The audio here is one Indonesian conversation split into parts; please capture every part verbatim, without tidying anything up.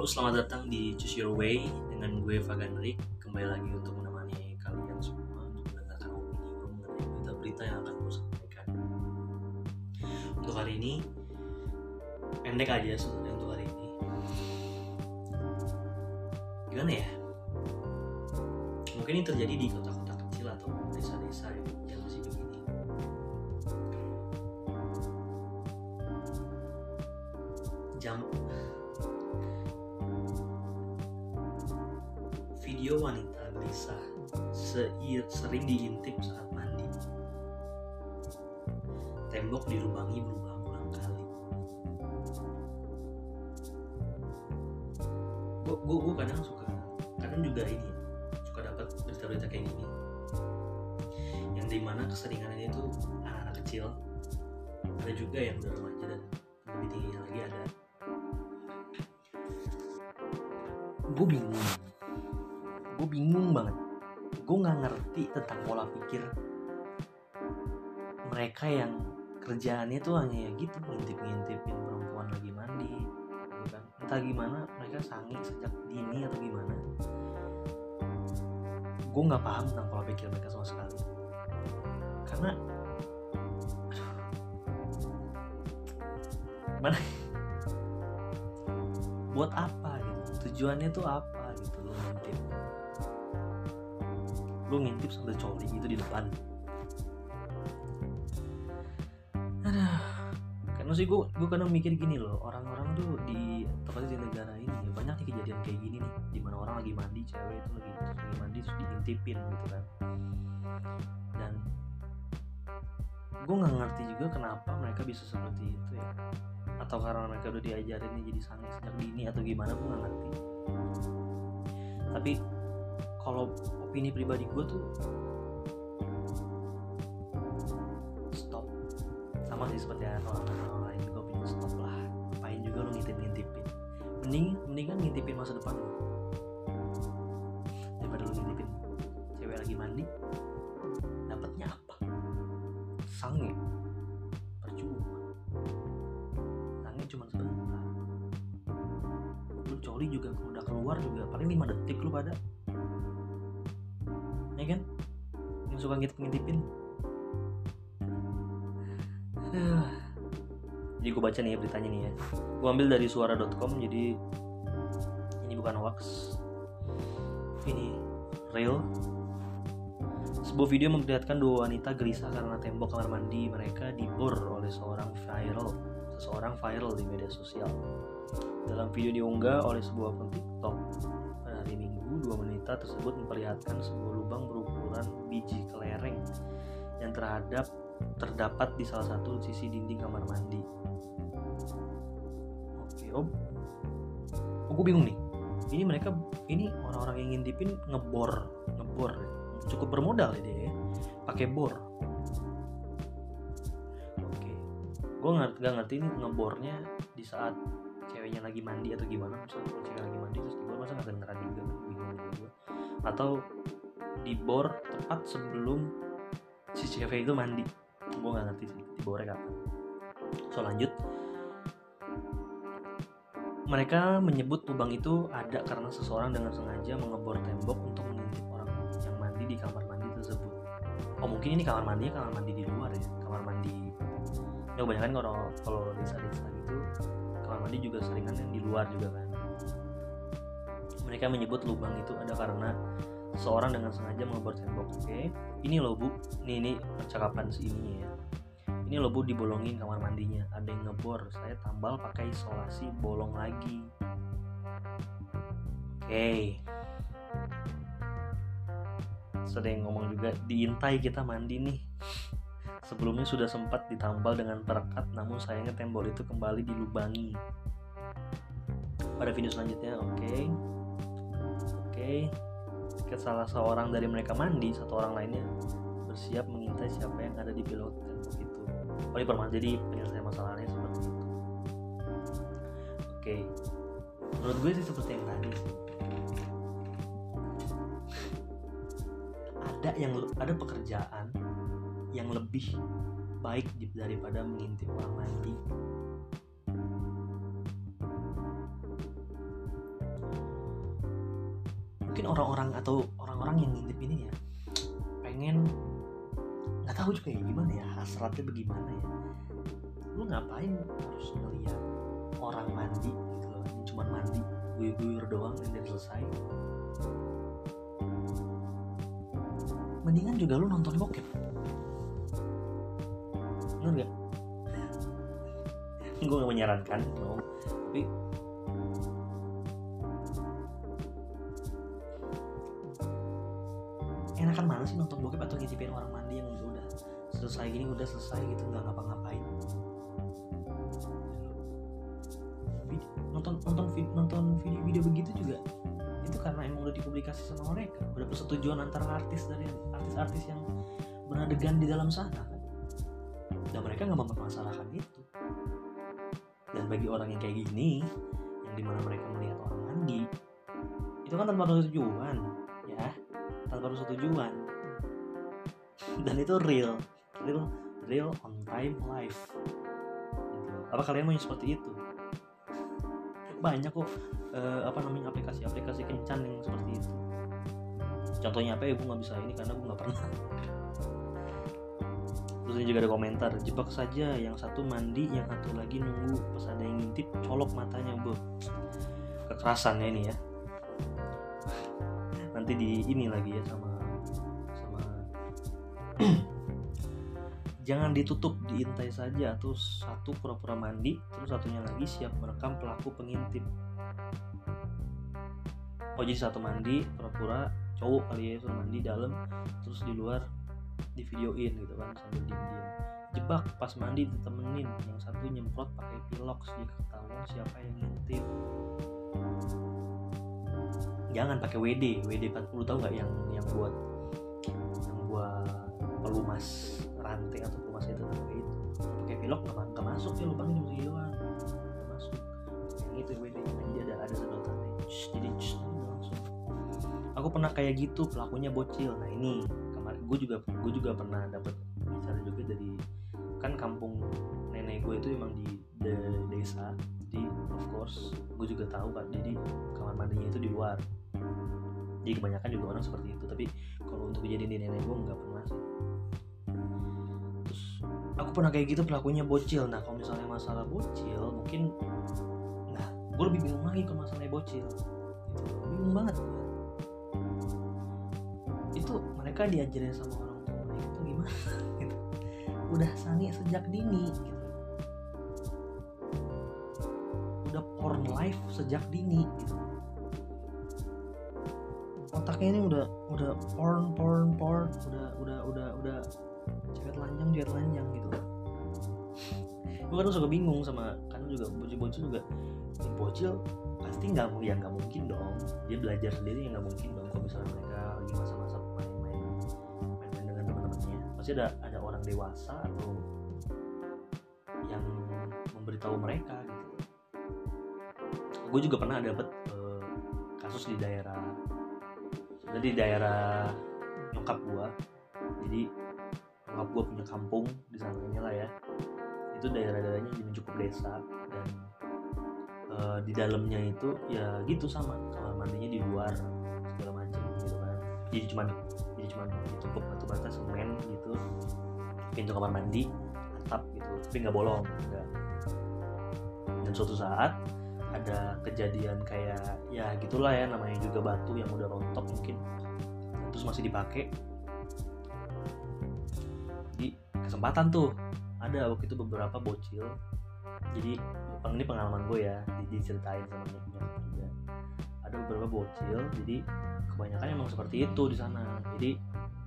selamat datang di Choose Your Way dengan gue Fagan Rick. Kembali lagi untuk menemani kalian semua untuk mendengarkan opini gue mengenai berita-berita yang akan gue sampaikan. Untuk hari ini pendek aja sebenarnya untuk hari ini. Gimana ya? Mungkin ini terjadi di kota-kota kecil atau desa-desa ya, yang masih begini. Jam video wanita gelisah sering diintip saat mandi. Tembok dilubangi berulang-ulang kali. Gue gue kadang suka, kadang juga ini suka dapat berita-berita kayak gini, yang dimana keseringannya itu anak-anak kecil, ada juga yang udah remaja dan lebih tingginya lagi ada. Gue bingung. Gue bingung banget, gue nggak ngerti tentang pola pikir mereka yang kerjaannya tuh hanya ya gitu, ngintip-ngintipin perempuan lagi mandi, gitu kan? Entah gimana mereka sangi sejak dini atau gimana. Gue nggak paham tentang pola pikir mereka sama sekali, karena mana buat apa gitu, tujuannya tuh apa gitu lo ngintip lu ngintip sambil coli gitu di depan. Aduh, karena sih gue gue kadang mikir gini loh, orang-orang tuh di tepatnya di negara ini ya, banyak nih kejadian kayak gini nih, dimana orang lagi mandi, cewek itu lagi lagi mandi terus diintipin gitu kan. Dan gue nggak ngerti juga kenapa mereka bisa seperti itu ya, atau karena mereka udah diajarin jadi sange sejak dini atau gimana, gue nggak ngerti. Tapi kalau opini pribadi gue tuh stop, sama sih seperti orang-orang lain juga opini stop lah. Ngapain juga lu ngintip-ngintipin, mending mendingan ngintipin masa depan lu daripada lu ngintipin cewek lagi mandi. Dapatnya apa? Sange, percuma. Sange cuma sebentar, lu coli juga udah keluar juga paling lima detik lu pada, ya kan, yang suka ngintip-ngintipin. Jadi gue baca nih ya beritanya nih ya, gue ambil dari suara dot com, jadi ini bukan hoax, ini real. Sebuah video memperlihatkan dua wanita gelisah karena tembok kamar mandi mereka dibor oleh seorang viral seseorang viral di media sosial. Dalam video diunggah oleh sebuah akun TikTok pada hari Minggu, dua wanita tersebut memperlihatkan sebuah lubang berukuran biji kelereng yang terhadap terdapat di salah satu sisi dinding kamar mandi. Oke, oh, oh gue bingung nih. Ini mereka, ini orang-orang yang ngintipin ngebor, ngebor, cukup bermodal ya dia, pakai bor. Oke, gue ngerti, gak ngerti ini ngebornya di saat ceweknya lagi mandi atau gimana. Misalnya kalau cewek lagi mandi terus dibor, masa gak kedengeran juga, bingung juga. Atau dibor tepat sebelum si cewek itu mandi, gue gak ngerti sih dibornya kapan. So lanjut, mereka menyebut lubang itu ada karena seseorang dengan sengaja mengebor tembok untuk mengintip orang yang mandi di kamar mandi tersebut. Oh mungkin ini kamar mandinya kamar mandi di luar ya, kamar mandi. Ya kebanyakan kalau kalau desa-desa gitu kamar mandi juga seringan yang di luar juga kan. Mereka menyebut lubang itu ada karena seorang dengan sengaja mengebor tembok. Oke, ini loh bu, ini ini percakapan si ini ya. Ini loh bu, dibolongin kamar mandinya, ada yang ngebor, saya tambal pakai isolasi, bolong lagi. Oke. Terus ada yang ngomong juga, diintai kita mandi nih. Sebelumnya sudah sempat ditambal dengan perekat, namun sayangnya tembok itu kembali dilubangi. Pada video selanjutnya, oke, okay. oke. Okay. Ketika salah seorang dari mereka mandi, satu orang lainnya bersiap mengintai siapa yang ada di belakang tembok itu. Oh, ini permasalahan, jadi penyelesaian masalahnya seperti itu. Oke, okay. Menurut gue sih seperti yang tadi sih. Ada yang ada pekerjaan yang lebih baik daripada mengintip orang mandi. mungkin orang-orang atau orang-orang yang ngintip ini ya pengen, nggak tahu juga ya gimana ya, hasratnya bagaimana ya, lu ngapain harus ngeliat orang mandi gitu loh, cuma mandi guyur-guyur doang dan selesai. Mendingan juga lu nonton bokep, bener gak? Gue gak menyarankan, no. Tapi enakan mana sih nonton bokep atau ngintipin orang mandi yang udah selesai gini, udah selesai gitu, nggak ngapa-ngapain. Nonton nonton nonton video-video begitu juga itu karena emang udah dipublikasi sama mereka, udah persetujuan antara artis dari artis-artis yang beradegan di dalam sana kan, dan mereka nggak mempermasalahkan itu. Dan bagi orang yang kayak gini, yang dimana mereka melihat orang mandi, itu kan tanpa persetujuan, ya, tanpa persetujuan, dan itu real, real, real on time life. Gitu. Apa kalian mau yang seperti itu? Banyak kok, eh, apa namanya aplikasi-aplikasi kencan yang seperti itu. Contohnya apa ya? Gue nggak bisa ini karena gue nggak pernah. Terus ini juga ada komentar, jebak saja yang satu mandi, yang satu lagi nunggu pas ada yang ngintip, colok matanya, bu. Kekerasan ya ini ya. Nanti di ini lagi ya sama sama. Jangan ditutup, diintai saja, atau satu pura-pura mandi, terus satunya lagi siap merekam pelaku pengintip. Oh jadi satu mandi pura-pura cowok kali ya, satu mandi dalam, terus di luar di videoin gitu kan sambil diem-diem. Jebak pas mandi ditemenin, yang satu nyemprot pakai pilox, jika ketahuan siapa yang ngintip. Jangan pakai W D, W D empat puluh tahu nggak yang yang buat yang buat pelumas rantai atau pelumas itu kayak itu. Pakai pilox nggak masuk ya, lubangnya cuma hilang, nggak masuk. Yang itu W D, jadi ada ada sedotannya. Jadi langsung. Aku pernah kayak gitu, pelakunya bocil. Nah ini kemarin gue juga gue juga pernah dapat bicara juga dari kan kampung nenek gue itu emang di de, desa, jadi of course gue juga tahu kan, jadi kamar mandinya itu di luar. Jadi kebanyakan juga orang seperti itu, tapi kalau untuk kejadian di nenek gue nggak pernah sih. Terus aku pernah kayak gitu, pelakunya bocil. Nah kalau misalnya masalah bocil mungkin, nah gue lebih bingung lagi kalau masalahnya bocil, bingung banget. Itu mereka diajarin sama orang tua mereka itu gimana gitu. Udah sange sejak dini gitu. Udah porn life sejak dini gitu. Otaknya ini udah udah porn porn porn, udah udah udah udah cewek telanjang cewek telanjang gitu. Gue kan suka bingung sama, karena juga bocil-bocil juga bocil pasti nggak ya nggak mungkin dong dia belajar sendiri, ya nggak mungkin dong kalau misalnya mereka lagi masa-masa main-main main-main dengan teman-temannya, pasti ada ada orang dewasa atau yang memberitahu mereka gitu. Gue juga pernah dapet uh, kasus di daerah jadi di daerah nyokap gue, jadi nyokap gue punya kampung di sananya lah ya, itu daerah-daerahnya jadi cukup desa, dan Uh, di dalamnya itu ya gitu sama kamar mandinya di luar segala macam gitu kan, jadi cuman jadi cuman ditutup batu bata semen gitu, pintu kamar mandi atap gitu, tapi nggak bolong enggak. Dan suatu saat ada kejadian kayak ya gitulah ya, namanya juga batu yang udah rontok mungkin, terus masih dipakai. Jadi kesempatan tuh ada waktu itu beberapa bocil, jadi ini pengalaman gue ya, diceritain sama nyokap juga. Ada beberapa bocil, jadi kebanyakan emang seperti itu di sana. Jadi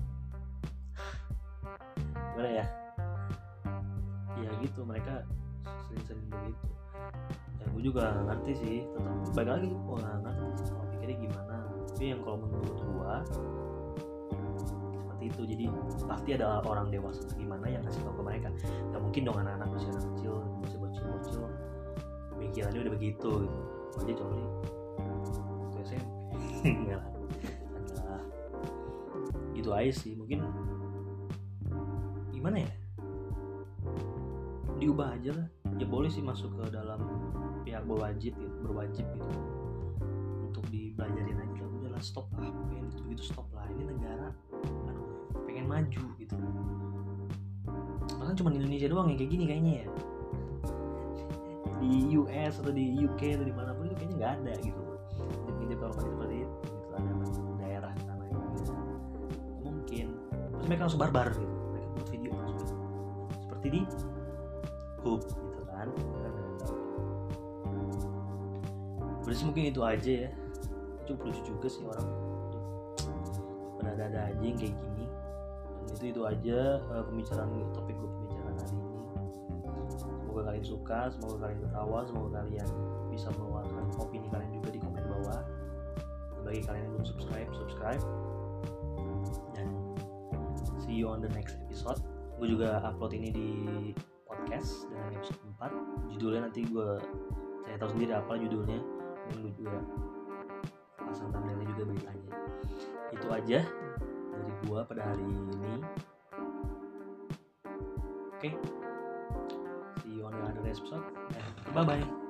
gimana ya? Ya gitu, mereka sering-sering begitu. Ya gue juga gak ngerti sih, tetap balik lagi gue gak ngerti sih kalau pikirnya gimana. Tapi yang kalau menurut gue seperti itu. Jadi pasti ada orang dewasa gimana yang ngasih tahu ke mereka. Gak mungkin dong anak-anak masih anak kecil, masih bocil-bocil pikirannya udah begitu gitu. Aja coli itu S M P enggak lah, adalah gitu aja sih. Mungkin gimana ya, diubah aja lah ya, boleh sih masuk ke dalam pihak berwajib gitu, berwajib gitu untuk dibelajarin aja lah, udah jangan stop lah, pengen begitu stop lah, ini negara aduh pengen maju gitu. Bahkan cuma di Indonesia doang yang kayak gini kayaknya ya, di U S atau di U K atau dimanapun itu kayaknya nggak ada gitu ngintip kamar mandi seperti itu gitu, ada daerah sana gitu mungkin. Terus mereka langsung barbar gitu, mereka buat video langsung seperti di Hub gitu kan. Berarti mungkin itu aja ya, cukup lucu juga sih orang berada-ada aja yang kayak gini. Dan itu itu aja uh, pembicaraan topik gue pembicaraan hari ini. Semoga kalian suka, semoga kalian ketawa, semoga kalian bisa mengeluarkan opini kalian juga di komen bawah. Dan bagi kalian yang belum subscribe, subscribe. Dan see you on the next episode. Gue juga upload ini di podcast dengan episode empat. Judulnya nanti gue saya tahu sendiri apa judulnya, dan gue juga pasang thumbnailnya juga bagi kalian. Itu aja dari gue pada hari ini. Oke, okay. See you on the other episode. Bye bye.